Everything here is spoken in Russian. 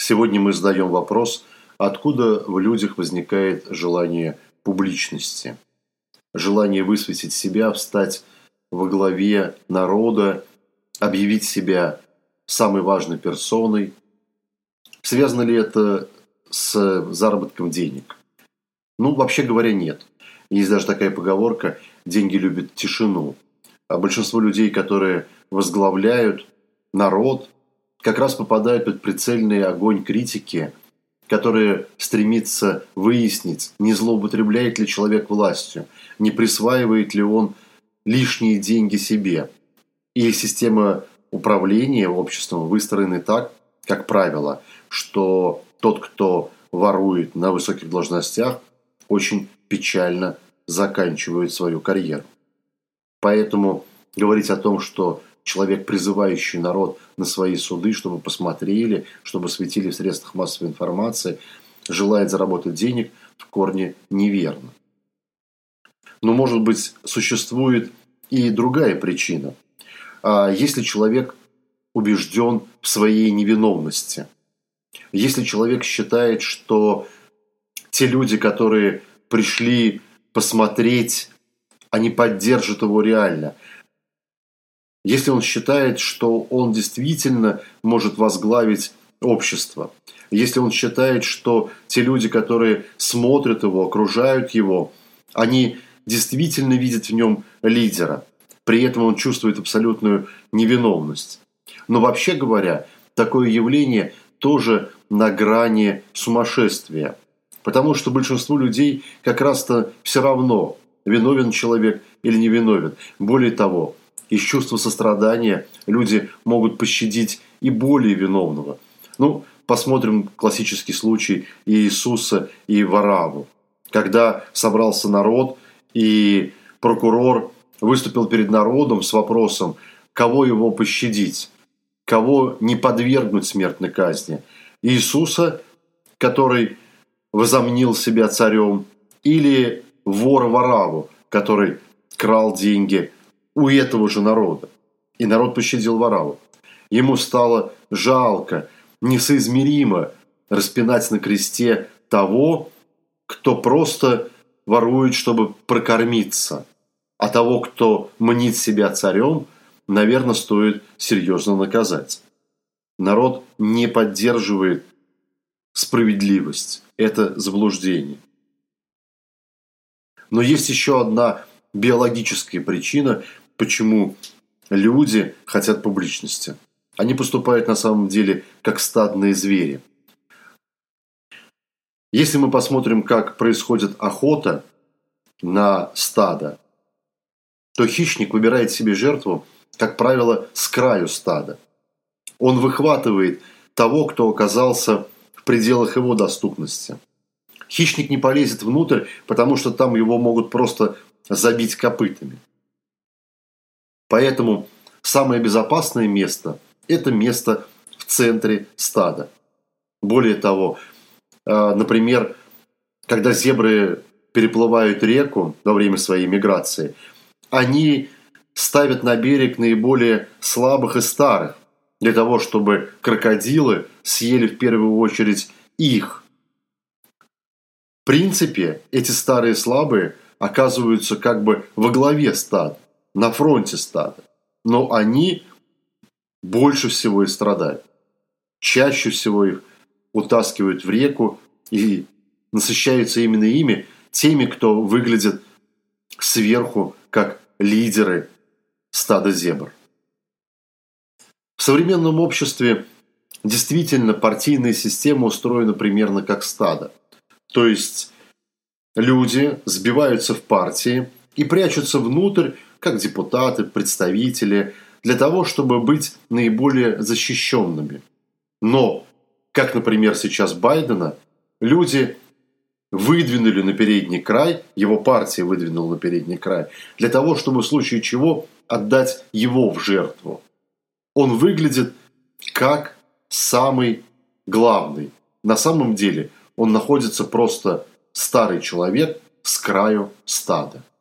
Сегодня мы задаем вопрос, откуда в людях возникает желание публичности, желание высветить себя, встать во главе народа, объявить себя самой важной персоной. Связано ли это с заработком денег? Вообще говоря, нет. Есть даже такая поговорка «деньги любят тишину». А большинство людей, которые возглавляют народ, как раз попадают под прицельный огонь критики, которые стремится выяснить, не злоупотребляет ли человек властью, не присваивает ли он лишние деньги себе. И система управления обществом выстроена так, как правило, что тот, кто ворует на высоких должностях, очень печально заканчивает свою карьеру. Поэтому говорить о том, что человек, призывающий народ на свои суды, чтобы посмотрели, чтобы светили в средствах массовой информации, желает заработать денег, в корне неверно. Но, может быть, существует и другая причина. Если человек убежден в своей невиновности, если человек считает, что те люди, которые пришли посмотреть, они поддержат его реально, если он считает, что он действительно может возглавить общество, если он считает, что те люди, которые смотрят его, окружают его, они действительно видят в нем лидера, при этом он чувствует абсолютную невиновность. Но вообще говоря, такое явление тоже на грани сумасшествия, потому что большинству людей как раз-то все равно, виновен человек или не виновен. Более того, из чувства сострадания люди могут пощадить и более виновного. Посмотрим классический случай Иисуса и Варавву. Когда собрался народ, и прокурор выступил перед народом с вопросом, кого его пощадить, кого не подвергнуть смертной казни. Иисуса, который возомнил себя царем, или вора Варавву, который крал деньги у этого же народа. И народ пощадил Варавву. Ему стало жалко, несоизмеримо распинать на кресте того, кто просто ворует, чтобы прокормиться. А того, кто мнит себя царем, наверное, стоит серьезно наказать. Народ не поддерживает справедливость. Это заблуждение. Но есть еще одна биологическая причина, почему люди хотят публичности. Они поступают на самом деле как стадные звери. Если мы посмотрим, как происходит охота на стадо, то хищник выбирает себе жертву, как правило, с краю стада. Он выхватывает того, кто оказался в пределах его доступности. Хищник не полезет внутрь, потому что там его могут просто забить копытами. Поэтому самое безопасное место – это место в центре стада. Более того, например, когда зебры переплывают реку во время своей миграции, они ставят на берег наиболее слабых и старых, для того, чтобы крокодилы съели в первую очередь их. В принципе, эти старые и слабые оказываются как бы во главе стада, на фронте стада. Но они больше всего и страдают. Чаще всего их утаскивают в реку и насыщаются именно ими, теми, кто выглядит сверху как лидеры стада зебр. В современном обществе действительно партийная система устроена примерно как стадо. То есть люди сбиваются в партии и прячутся внутрь, как депутаты, представители, для того, чтобы быть наиболее защищенными. Но, как, например, сейчас Байдена, люди выдвинули на передний край, его партия выдвинула на передний край, для того, чтобы в случае чего отдать его в жертву. Он выглядит как самый главный. На самом деле он находится просто старый человек с краю стада.